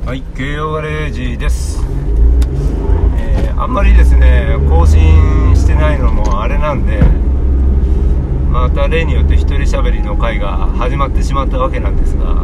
はい、慶応ガレージです。あんまりですね更新してないのもあれなんで、また例によって一人喋りの回が始まってしまったわけなんですが、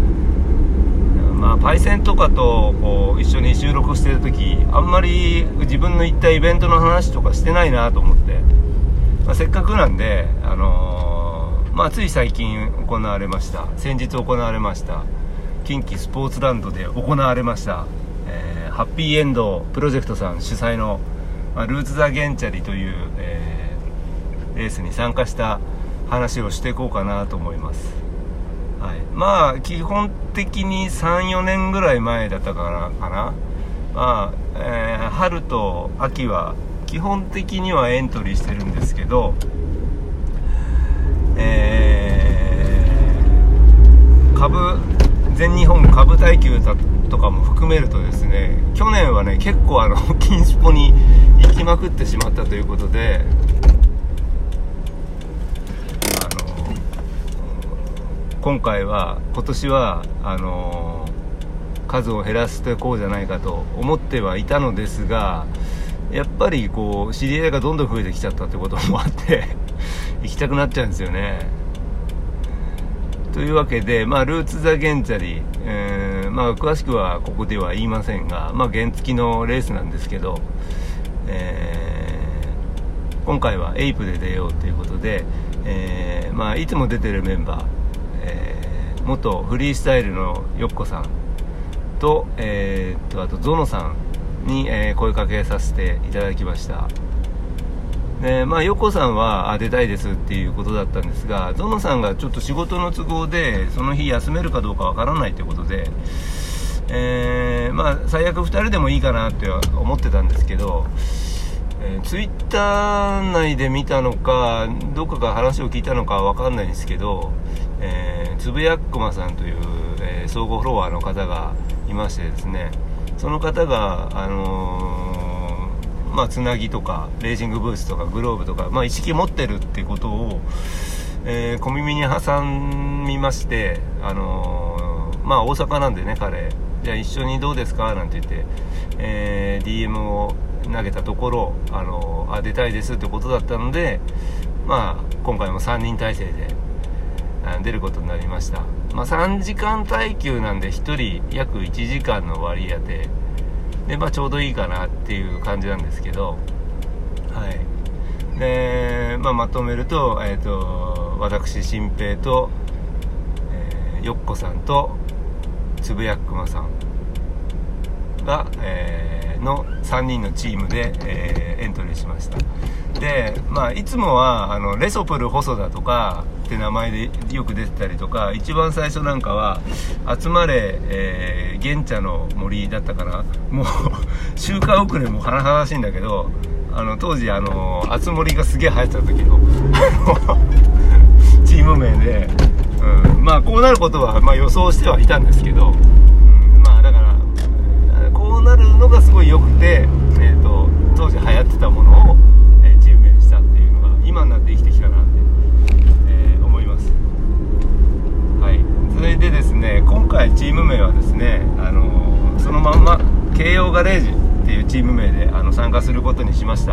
パイセンとかとこう一緒に収録してる時、あんまり自分の行ったイベントの話とかしてないなと思って、せっかくなんで、つい最近先日行われました近畿スポーツランドで行われました、ハッピーエンドプロジェクトさん主催の、ルーツ・ザ・ゲンチャリという、レースに参加した話をしていこうかなと思います。はい、基本的に 3,4 年ぐらい前だったかな、春と秋は基本的にはエントリーしてるんですけど、全日本下部耐久とかも含めるとですね、去年はね結構金スポに行きまくってしまったということで、今年は数を減らしていこうじゃないかと思ってはいたのですが、やっぱりこう知り合いがどんどん増えてきちゃったってこともあって行きたくなっちゃうんですよね。というわけで、ルーツ・ザ・ゲンチャリ、詳しくはここでは言いませんが、原付のレースなんですけど、今回はエイプで出ようということで、いつも出てるメンバー、元フリースタイルのよっこさんと、あとゾノさんに、声かけさせていただきました。よっこさんは出たいですっていうことだったんですが、ゾノさんがちょっと仕事の都合でその日休めるかどうかわからないということで、最悪2人でもいいかなって思ってたんですけど、ツイッター内で見たのかどっかから話を聞いたのかわかんないんですけど、つぶやっくまさんという、総合フォロワーの方がいましてですね、その方がつなぎとかレーシングブーツとかグローブとか、一式持ってるってことを、小耳に挟みまして、大阪なんでね彼、じゃあ一緒にどうですかなんて言って、DM を投げたところ、出たいですってことだったので、今回も3人体制で出ることになりました。3時間耐久なんで1人約1時間の割り当てで、ちょうどいいかなっていう感じなんですけど、で、まとめると、私新平と、よっこさんとつぶやっくまさんが、の3人のチームで、エントリーしました。で、いつもはレソプル細田とかって名前でよく出てたりとか、一番最初なんかは集まれ、ゲンチャの森だったかな、もう周回遅れも甚だしいんだけど、当時あつ森がすげえ流行ってた時のチーム名で、こうなることは予想してはいたんですけど、だからこうなるのがすごい良くて、当時流行ってたものを、チーム名にしたっていうのが今になって生きてきたなって、思います。はい、それでですね、今回チーム名はですね、そのまんま慶応ガレージっていうチーム名で参加することにしました。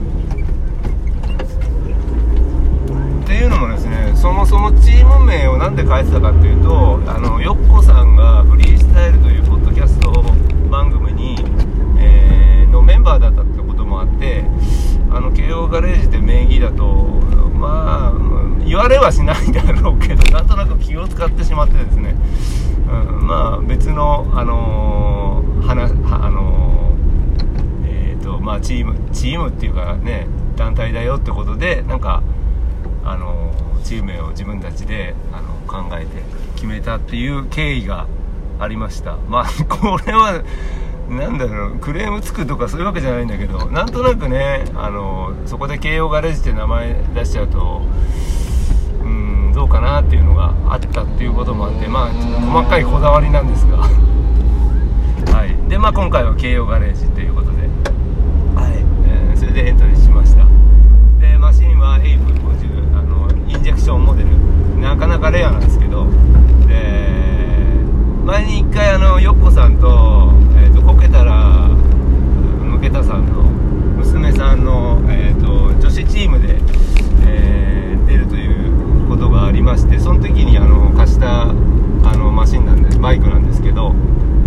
っていうのもですね、そもそもチーム名をなんで変えてたかっていうと、よっこさんがフリースタイルというポッドキャスト番組に、のメンバーだったってこともあって、慶応ガレージって名義だと言われはしないんだろうけど、なんとなく気を使ってしまってですね、別のチームっていうかね、団体だよってことで、チーム名を自分たちで考えて決めたっていう経緯がありました。これはクレームつくとかそういうわけじゃないんだけど、なんとなくね、そこで慶応ガレージって名前出しちゃうとどうかなっていうのがあったっていうこともあって、細かいこだわりなんですがで、今回は慶応ガレージということで、それでエントリーしました。で、マシンはエイプ50、インジェクションモデル、なかなかレアなんですけど、で前に1回ヨッコさんと、こけたら向けたさんの娘さんの、女子チームで、出るということがありまして、その時に貸したマシンなんでバイクなんですけど、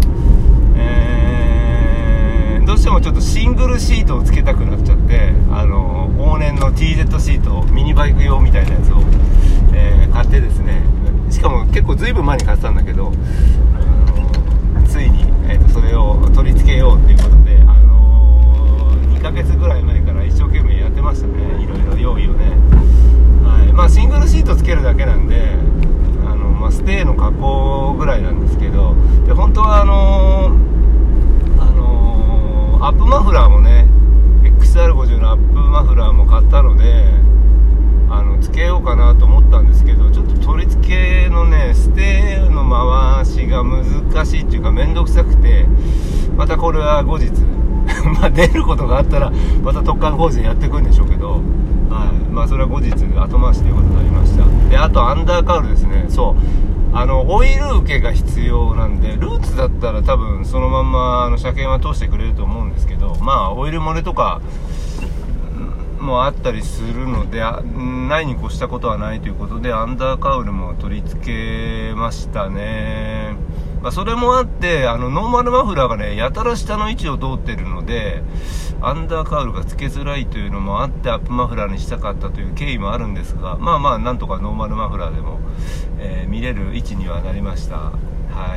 どうしてもちょっとシングルシートをつけたくなっちゃって、往年の TZ シート、ミニバイク用みたいなやつを、買ってですね、しかも結構ずいぶん前に買ってたんだけど、ついに、それを取り付けようっていうことで、2ヶ月ぐらい前から一生懸命やってましたね、いろいろ用意をね。はい、まあシングルシートつけるだけなんで、ステーの加工ぐらいなんですけど、で本当はアップマフラーもね XR50 のアップマフラーも買ったのでつけようかなと思ったんですけど、ちょっと取り付けのねステーの回しが難しいっていうかめんどくさくて、またこれは後日まあ出ることがあったらまた突貫工事でやっていくんでしょうけど、はい、まあそれは後日後回しということになりました。であとアンダーカウルですね。そうオイル受けが必要なんで、ルーツだったら多分そのまんま車検は通してくれると思うんですけど、まあオイル漏れとかもあったりするのでないに越したことはないということで、アンダーカウルも取り付けましたね。まあ、それもあってノーマルマフラーがねやたら下の位置を通ってるのでアンダーカウルがつけづらいというのもあってアップマフラーにしたかったという経緯もあるんですが、まあまあなんとかノーマルマフラーでも、見れる位置にはなりました。はい、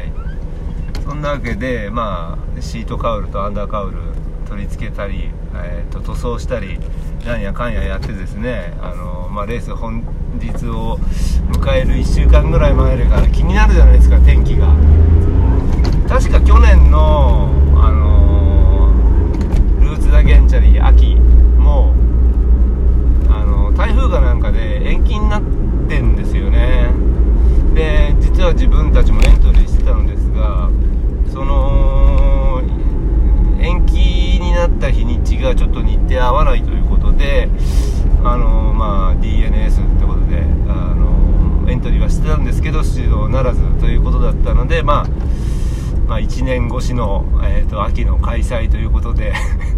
そんなわけで、まあ、シートカウルとアンダーカウル取り付けたり、塗装したりなんやかんややってですね、まあ、レース本日を迎える1週間ぐらい前から気になるじゃないですか、天気が。確か去年の、ルーツ・ダ・ゲンチャリ秋も台風かなんかで延期になってんですよね。で実は自分たちもエントリーしてたのですが、その延期になった日にちがちょっと日程合わないということでまあ DNS ってことでエントリーはしてたんですけど出場ならずということだったので、まあ1年越しの、秋の開催ということで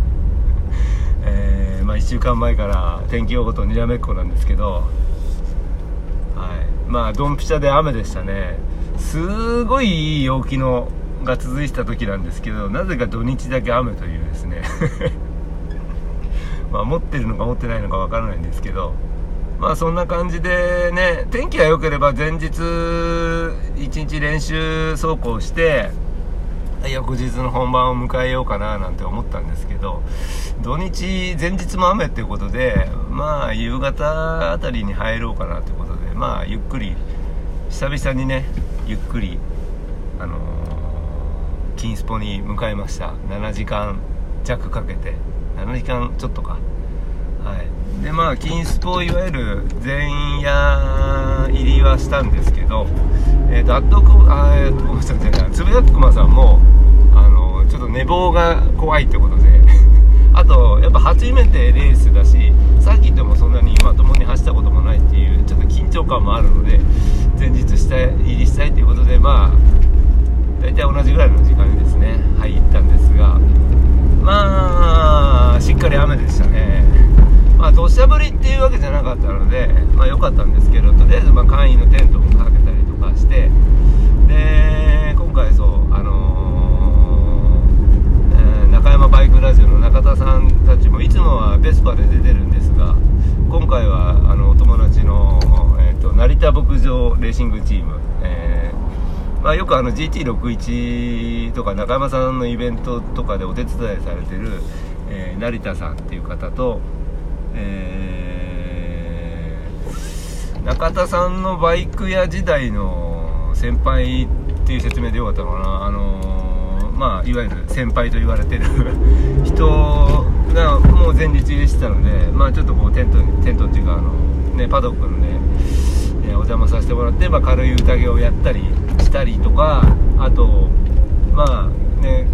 まあ1週間前から天気予報とにらめっこなんですけど、はい、まあドンピシャで雨でしたね。すごいいい陽気のが続いてた時なんですけど、なぜか土日だけ雨というですねまあ持ってるのか持ってないのかわからないんですけど、まあそんな感じでね、天気が良ければ前日1日練習走行して翌日の本番を迎えようかななんて思ったんですけど、土日前日も雨っていうことで、まあ夕方あたりに入ろうかなということで、まあゆっくり久々にねゆっくり金スポに向かいました。7時間弱かけて、7時間ちょっとか。はい。でまあ金スポいわゆる前夜入りはしたんですけど、つぶやくまさんもちょっと寝坊が怖いってことであとやっぱ初めてレースだしサーキットもそんなにまともに走ったこともないっていうちょっと緊張感もあるので、前日入りしたいということで、まあ大体同じぐらいの時間にですね入ったんですが、まあしっかり雨でしたね。まあ土砂降りっていうわけじゃなかったのでまあ良かったんですけど、とりあえずまあ簡易のテントもかけたりとかして、で今回そう中山バイクラジオの中田さんたちもいつもはベスパで出てるんですが、今回はお友達の、成田牧場レーシングチーム、まあ、よくGT61 とか中山さんのイベントとかでお手伝いされてる、成田さんっていう方と、中田さんのバイク屋時代の先輩っていう説明でよかったのかな、まあいわゆる先輩と言われてる人がもう前日入りしてたので、まあちょっとこうテントっていうかねパドックのね、お邪魔させてもらって、まあ、軽い宴をやったりしたりとか、あとまあね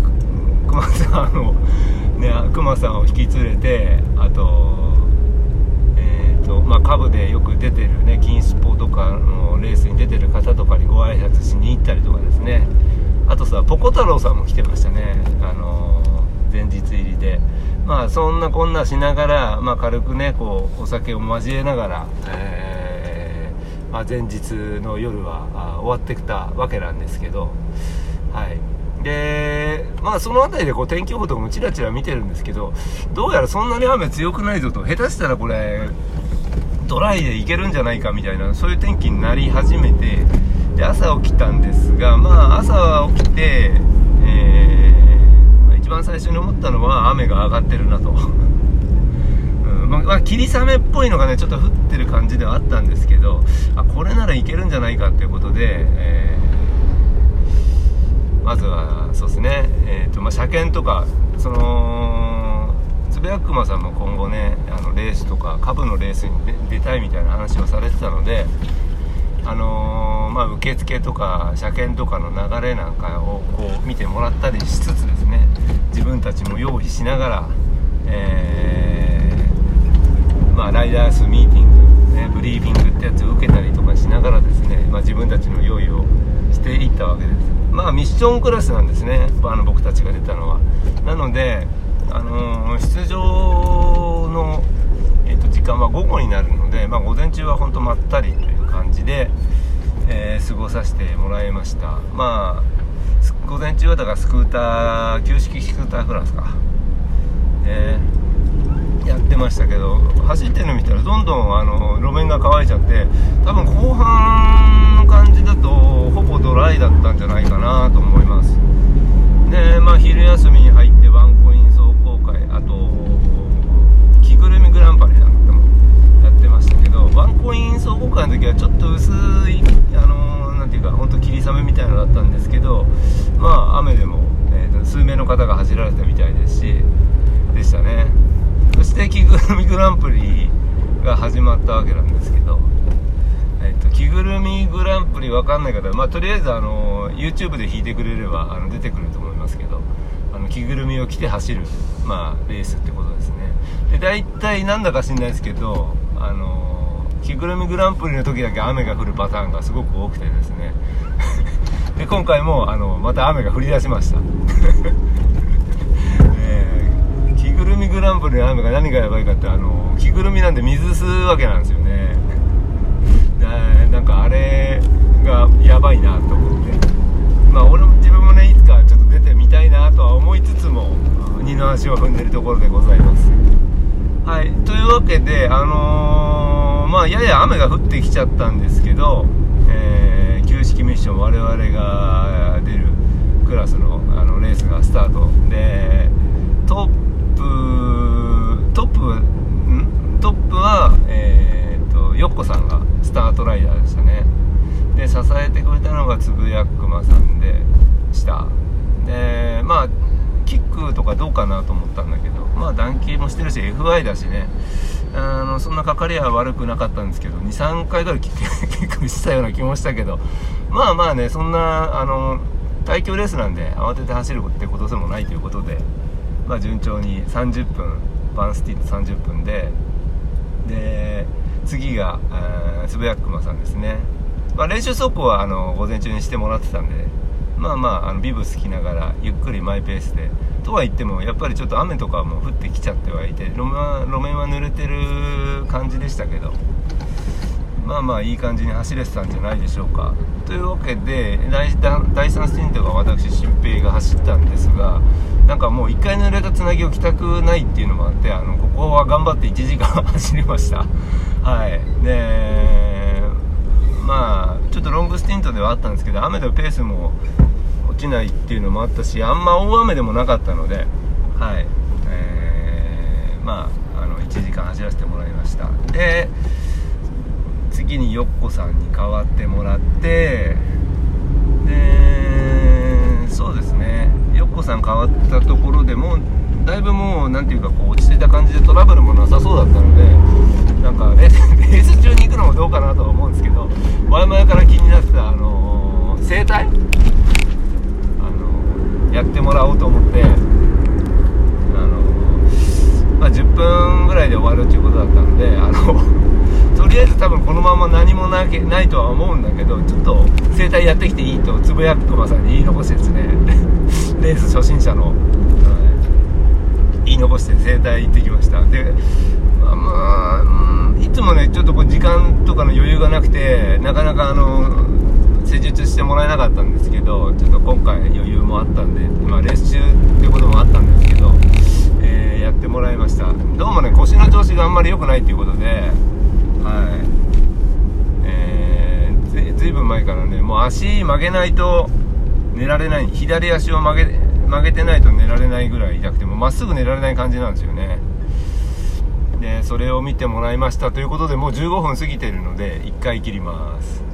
熊さんを引き連れて、あとまあ、株でよく出てるね金スポとかのレースに出てる方とかにご挨拶しに行ったりとかですね、 あとさポコ太郎さんも来てましたね、前日入りで。まあそんなこんなしながら、まあ、軽くねこうお酒を交えながら、まあ、前日の夜は終わってきたわけなんですけど、はい。でまあその辺りでこう天気予報とかもチラチラ見てるんですけど、どうやらそんなに雨強くないぞと、下手したらこれドライでいけるんじゃないかみたいな、そういう天気になり始めて、で朝起きたんですが、まあ朝起きて、一番最初に思ったのは雨が上がってるなと、まあ、霧雨っぽいのがねちょっと降ってる感じではあったんですけど、これならいけるんじゃないかっていうことで、まずはそうですね、まあ、車検とかそのつぶやくまさんも今後ねレースとか株のレースに出たいみたいな話をされてたので、まあ、受付とか車検とかの流れなんかをこう見てもらったりしつつですね、自分たちも用意しながら、まあ、ライダースミーティング、ね、ブリーフィングってやつを受けたりとかしながらですね、まあ、自分たちの用意をしていったわけです。まあミッションクラスなんですね、僕たちが出たのは。なので、出場の、時間は午後になるので、まあ、午前中は本当まったりという感じで、過ごさせてもらいました。まあ午前中はだからスクーター、旧式スクータークラスか、やってましたけど、走ってるの見たらどんどん路面が乾いちゃって、多分後半の感じだとほぼドライだったんじゃないかなと思います。で、まあ、昼休みに入ってワンコイン壮行会、あと着ぐるみグランパリなんかもやってましたけど、ワンコイン壮行会の時はちょっと薄いなんていうか本当霧雨みたいなのだったんですけど、まあ雨でも、数名の方が走られたみたいですしでしたね。そして着ぐるみグランプリが始まったわけなんですけど、着ぐるみグランプリ分かんない方は、まあ、とりあえずYouTube で弾いてくれれば出てくると思いますけど、着ぐるみを着て走る、まあ、レースってことですね。で大体なんだか知んないですけど、着ぐるみグランプリの時だけ雨が降るパターンがすごく多くてですねで今回もまた雨が降り出しました着ぐるみグランプリの雨が何がやばいかって、着ぐるみなんで水吸うわけなんですよね。なんかあれがやばいなと思って、まあ自分もねいつかちょっと出てみたいなとは思いつつも二の足を踏んでいるところでございます。はい、というわけでまあやや雨が降ってきちゃったんですけど、旧式ミッション我々が出るクラスのレースがスタートで、トップはヨッコさんがスタートライダーでしたね。で支えてくれたのがつぶやくまさんでした。でまあキックとかどうかなと思ったんだけど、まあ暖気もしてるし FI だしね、そんなかかりは悪くなかったんですけど、 2,3 回ぐらいキックしたような気もしたけど、まあまあね、そんな耐久レースなんで慌てて走るってことでもないということで、まあ順調に30分バンスティート30分で次がつぶやくまさんですね。まあ、練習走行は午前中にしてもらってたんで、まあまあビブス着ながらゆっくりマイペースで、とは言ってもやっぱりちょっと雨とかも降ってきちゃってはいて、路面は濡れてる感じでしたけど、まあまあいい感じに走れてたんじゃないでしょうか。というわけで第3スティントが私新平が走ったんですが、なんかもう1回濡れたつなぎを着たくないっていうのもあって、ここは頑張って1時間走りましたはい。でまあちょっとロングスティントではあったんですけど、雨でペースも落ちないっていうのもあったし、あんま大雨でもなかったので、はい、まあ1時間走らせてもらいました。で次にヨッコさんに代わってもらって、でそうですね、ヨッコさん変わったところでもだいぶもうなんていうかこう落ち着いた感じでトラブルもなさそうだったので、なんかレース中に行くのもどうかなとは思うんですけど、前々から気になってた整体やってもらおうと思って、まあ、10分ぐらいで終わるということだったので、とりあえず多分このまま何もないとは思うんだけど、ちょっと整体やってきていいとつぶやく熊さんに言い残してですねレース初心者の、言い残して整体行ってきました。で、いつもねちょっとこう時間とかの余裕がなくてなかなか施術してもらえなかったんですけど、ちょっと今回余裕もあったんで、レース中っていうこともあったんですけど、やってもらいました。どうもね腰の調子があんまり良くないということで、ずいぶん前からねもう足曲げないと寝られない、左足を曲げてないと寝られないぐらい痛くて、もまっすぐ寝られない感じなんですよね。でそれを見てもらいましたということで、もう15分過ぎてるので1回切ります。